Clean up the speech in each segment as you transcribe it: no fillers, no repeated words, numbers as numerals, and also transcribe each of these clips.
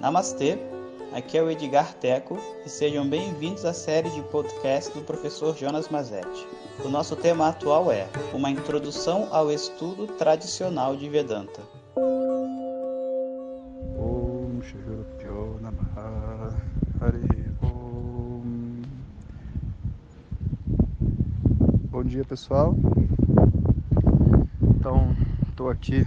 Namastê, aqui é o Edgar Teco e sejam bem-vindos à série de podcast do professor Jonas Mazetti. O nosso tema atual é uma introdução ao estudo tradicional de Vedanta. Om Shri Guru Pyo Namaha Hare Om. Bom dia, pessoal. Então, estou aqui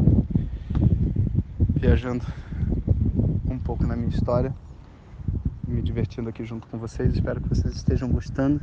viajando um pouco na minha história, me divertindo aqui junto com vocês. Espero que vocês estejam gostando.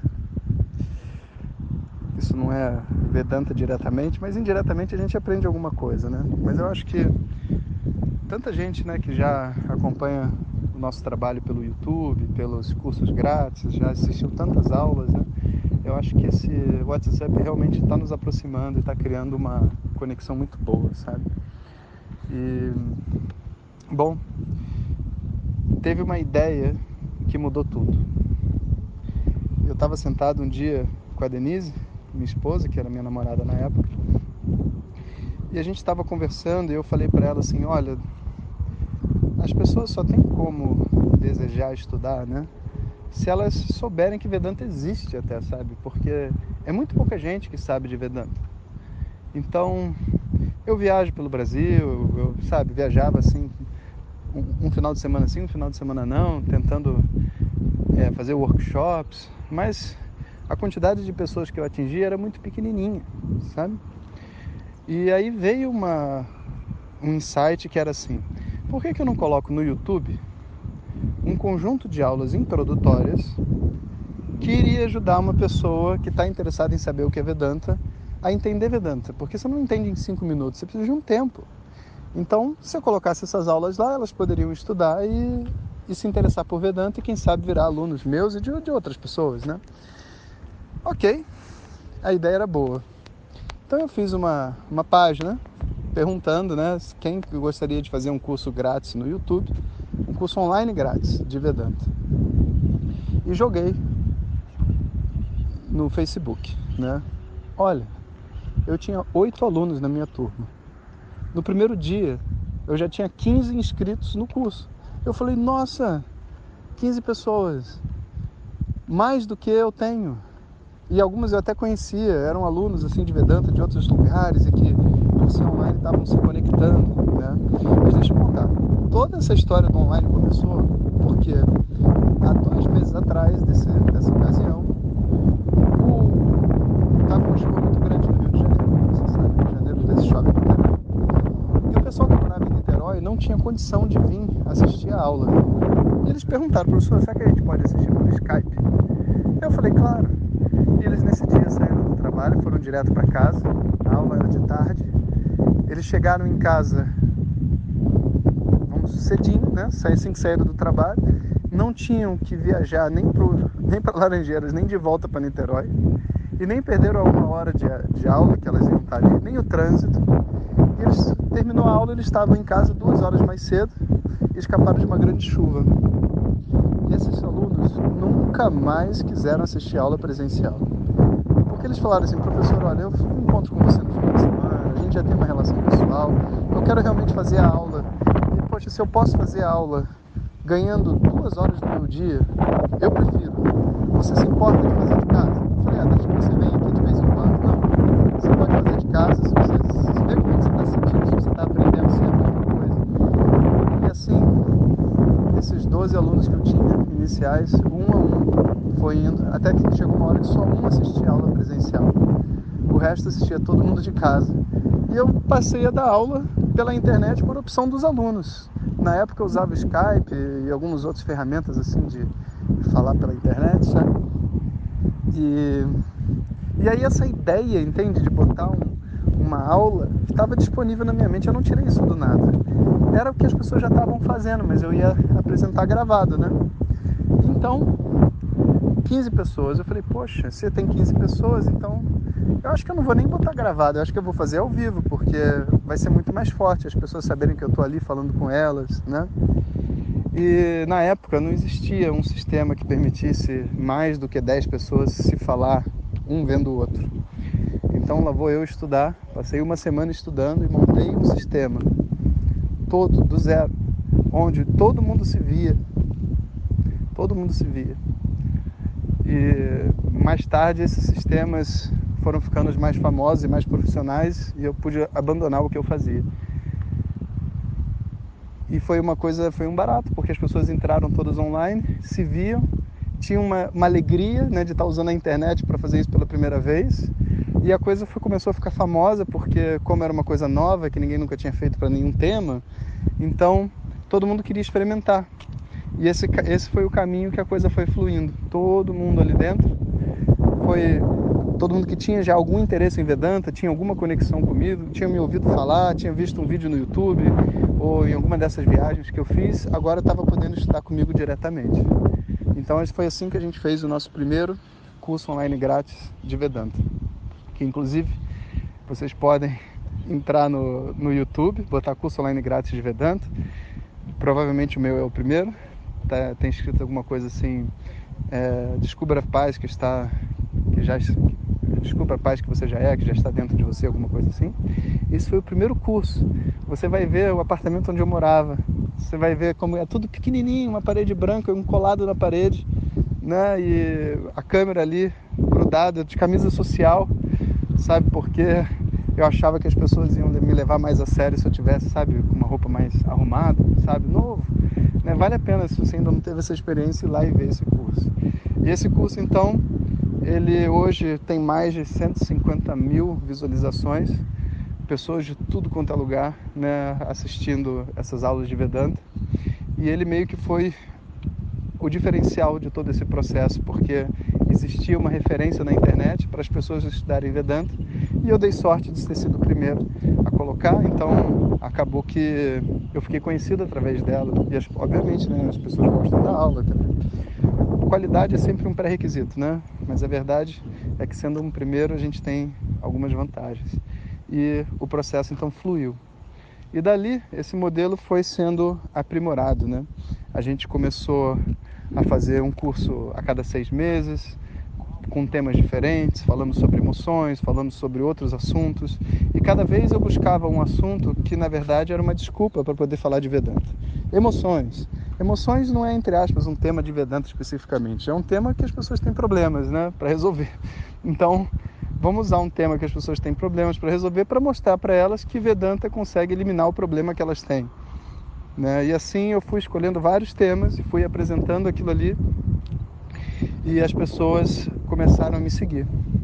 Isso não é Vedanta diretamente, mas indiretamente a gente aprende alguma coisa, né? Mas eu acho que tanta gente, né, que já acompanha o nosso trabalho pelo YouTube, pelos cursos grátis, já assistiu tantas aulas, né? Eu acho que esse WhatsApp realmente está nos aproximando e está criando uma conexão muito boa, sabe? E, bom, teve uma ideia que mudou tudo. Eu estava sentado um dia com a Denise, minha esposa, que era minha namorada na época, e a gente estava conversando e eu falei para ela assim, olha, as pessoas só têm como desejar estudar, né? Se elas souberem que Vedanta existe até, sabe? Porque é muito pouca gente que sabe de Vedanta. Então, eu viajo pelo Brasil, eu sabe, viajava assim, um final de semana sim, um final de semana não, tentando fazer workshops, mas a quantidade de pessoas que eu atingi era muito pequenininha, sabe? E aí veio um insight que era assim, por que eu não coloco no YouTube um conjunto de aulas introdutórias que iria ajudar uma pessoa que está interessada em saber o que é Vedanta a entender Vedanta? Porque você não entende em 5 minutos, você precisa de um tempo. Então, se eu colocasse essas aulas lá, elas poderiam estudar e se interessar por Vedanta e quem sabe virar alunos meus e de outras pessoas, né? Ok, a ideia era boa. Então eu fiz uma página perguntando, né, quem gostaria de fazer um curso grátis no YouTube, um curso online grátis de Vedanta. E joguei no Facebook, né? Olha, eu tinha 8 alunos na minha turma. No primeiro dia, eu já tinha 15 inscritos no curso. Eu falei, nossa, 15 pessoas, mais do que eu tenho. E algumas eu até conhecia, eram alunos assim de Vedanta de outros lugares e que por ser online estavam se conectando, né? Mas deixa eu contar, toda essa história do online começou porque há 2 meses atrás dessa ocasião, estava um chuva muito grande no Rio de Janeiro, você sabe, Rio de Janeiro às vezes chove pra caramba. E o pessoal que morava em Niterói não tinha condição de vir assistir a aula. E eles perguntaram, professor, será que a gente pode assistir pelo Skype? Eu falei, claro. E eles nesse dia saíram do trabalho, foram direto para casa, a aula era de tarde. Eles chegaram em casa, vamos cedinho, né? Assim que saíram do trabalho, não tinham que viajar nem para Laranjeiras, nem de volta para Niterói, e nem perderam uma hora de aula que elas iam estar ali, nem o trânsito. E eles terminou a aula, eles estavam em casa 2 horas mais cedo e escaparam de uma grande chuva. E esses alunos nunca mais quiseram assistir a aula presencial. Porque eles falaram assim, professor, olha, eu encontro com você no final de semana, a gente já tem uma relação pessoal, eu quero realmente fazer a aula. E, poxa, se eu posso fazer a aula ganhando 2 horas do meu dia, eu prefiro. Você se importa de fazer de casa? Eu falei, desde que você vem aqui de vez em quando. Não, você pode fazer de casa, se você vê como você está se sentindo, se você está aprendendo sempre alguma coisa. E assim, esses 12 alunos que eu tinha iniciais, um a um, foi indo, até que chegou uma hora que só um assistia a aula presencial. O resto assistia todo mundo de casa. E eu passei a dar aula pela internet por opção dos alunos. Na época eu usava Skype e algumas outras ferramentas assim de falar pela internet, sabe? E aí essa ideia, entende, de botar uma aula, estava disponível na minha mente, eu não tirei isso do nada. Era o que as pessoas já estavam fazendo, mas eu ia apresentar gravado, né? Então, 15 pessoas, eu falei, poxa, você tem 15 pessoas, então eu acho que eu não vou nem botar gravado, eu acho que eu vou fazer ao vivo, porque vai ser muito mais forte as pessoas saberem que eu estou ali falando com elas, né? E na época não existia um sistema que permitisse mais do que 10 pessoas se falar um vendo o outro. Então lá vou eu estudar, passei uma semana estudando e montei um sistema todo do zero onde todo mundo se via. Todo mundo se via. E mais tarde esses sistemas foram ficando mais famosos e mais profissionais e eu pude abandonar o que eu fazia. E foi um barato, porque as pessoas entraram todas online, se viam, tinham uma alegria, né, de estar usando a internet para fazer isso pela primeira vez. E a coisa começou a ficar famosa, porque como era uma coisa nova, que ninguém nunca tinha feito para nenhum tema, então todo mundo queria experimentar. E esse foi o caminho que a coisa foi fluindo. Todo mundo ali dentro, todo mundo que tinha já algum interesse em Vedanta, tinha alguma conexão comigo, tinha me ouvido falar, tinha visto um vídeo no YouTube, ou em alguma dessas viagens que eu fiz, agora estava podendo estudar comigo diretamente. Então foi assim que a gente fez o nosso primeiro curso online grátis de Vedanta. Que inclusive vocês podem entrar no YouTube, botar curso online grátis de Vedanta. Provavelmente o meu é o primeiro. Tem escrito alguma coisa assim, descubra a paz descubra a paz que você já é, que já está dentro de você, alguma coisa assim. Esse foi o primeiro curso. Você vai ver o apartamento onde eu morava. Você vai ver como é tudo pequenininho, uma parede branca, um colado na parede, né? E a câmera ali grudada, de camisa social, sabe? Porque eu achava que as pessoas iam me levar mais a sério se eu tivesse, sabe, com uma roupa mais arrumada, sabe, novo. Né? Vale a pena, se você ainda não teve essa experiência, ir lá e ver esse curso. E esse curso, então, ele hoje tem mais de 150 mil visualizações, pessoas de tudo quanto é lugar, né, assistindo essas aulas de Vedanta. E ele meio que foi o diferencial de todo esse processo, porque existia uma referência na internet para as pessoas estudarem Vedanta, e eu dei sorte de ter sido o primeiro a colocar, então acabou que eu fiquei conhecido através dela, e obviamente, né, as pessoas gostam da aula também. Qualidade é sempre um pré-requisito, né? Mas a verdade é que sendo um primeiro a gente tem algumas vantagens. E o processo então fluiu. E dali esse modelo foi sendo aprimorado, né? A gente começou a fazer um curso a cada 6 meses, com temas diferentes, falando sobre emoções, falando sobre outros assuntos. E cada vez eu buscava um assunto que, na verdade, era uma desculpa para poder falar de Vedanta. Emoções. Emoções não é, entre aspas, um tema de Vedanta especificamente. É um tema que as pessoas têm problemas, né, para resolver. Então, vamos usar um tema que as pessoas têm problemas para resolver para mostrar para elas que Vedanta consegue eliminar o problema que elas têm. Né? E assim eu fui escolhendo vários temas e fui apresentando aquilo ali e as pessoas começaram a me seguir.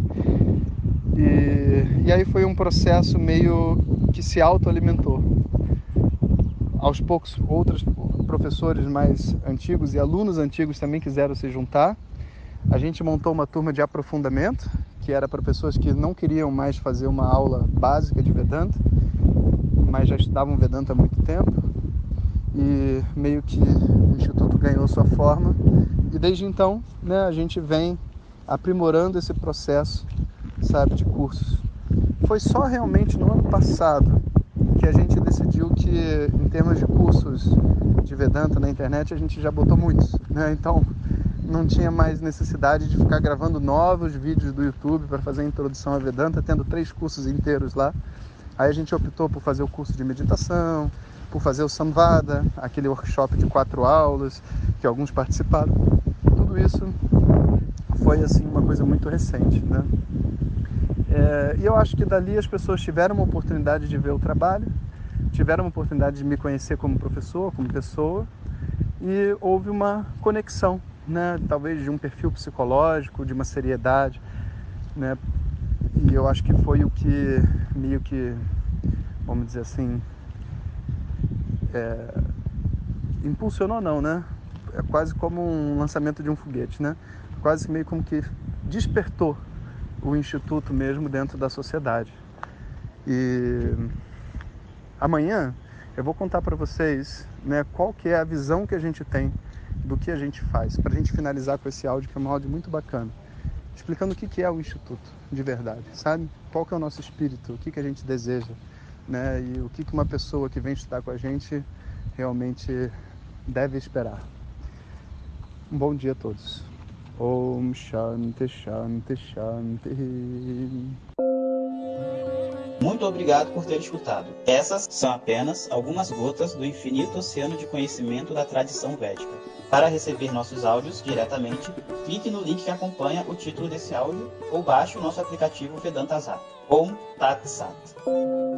E aí foi um processo meio que se autoalimentou. Aos poucos, outros professores mais antigos e alunos antigos também quiseram se juntar. A gente montou uma turma de aprofundamento, que era para pessoas que não queriam mais fazer uma aula básica de Vedanta, mas já estudavam Vedanta há muito tempo. E meio que o Instituto ganhou sua forma. E desde então, né, a gente vem aprimorando esse processo, sabe, de cursos. Foi só realmente no ano passado que a gente decidiu que, em termos de cursos de Vedanta na internet, a gente já botou muitos, né? Então, não tinha mais necessidade de ficar gravando novos vídeos do YouTube para fazer a introdução a Vedanta, tendo 3 cursos inteiros lá. Aí a gente optou por fazer o curso de meditação, por fazer o Samvada, aquele workshop de 4 aulas, que alguns participaram. Tudo isso foi assim uma coisa muito recente, né? E eu acho que dali as pessoas tiveram uma oportunidade de ver o trabalho, tiveram uma oportunidade de me conhecer como professor, como pessoa, e houve uma conexão, né? Talvez de um perfil psicológico, de uma seriedade, né? E eu acho que foi o que meio que, vamos dizer assim, impulsionou não, né? É quase como um lançamento de um foguete, né? Quase meio como que despertou o Instituto mesmo dentro da sociedade. E amanhã eu vou contar para vocês, né, qual que é a visão que a gente tem do que a gente faz, para a gente finalizar com esse áudio, que é um áudio muito bacana, explicando o que é o Instituto de verdade, sabe? Qual que é o nosso espírito, o que a gente deseja, né? E o que uma pessoa que vem estudar com a gente realmente deve esperar. Um bom dia a todos. Om Shanti Shanti Shanti. Muito obrigado por ter escutado. Essas são apenas algumas gotas do infinito oceano de conhecimento da tradição védica. Para receber nossos áudios diretamente, clique no link que acompanha o título desse áudio ou baixe o nosso aplicativo Vedanta Zap. Om Tat Sat.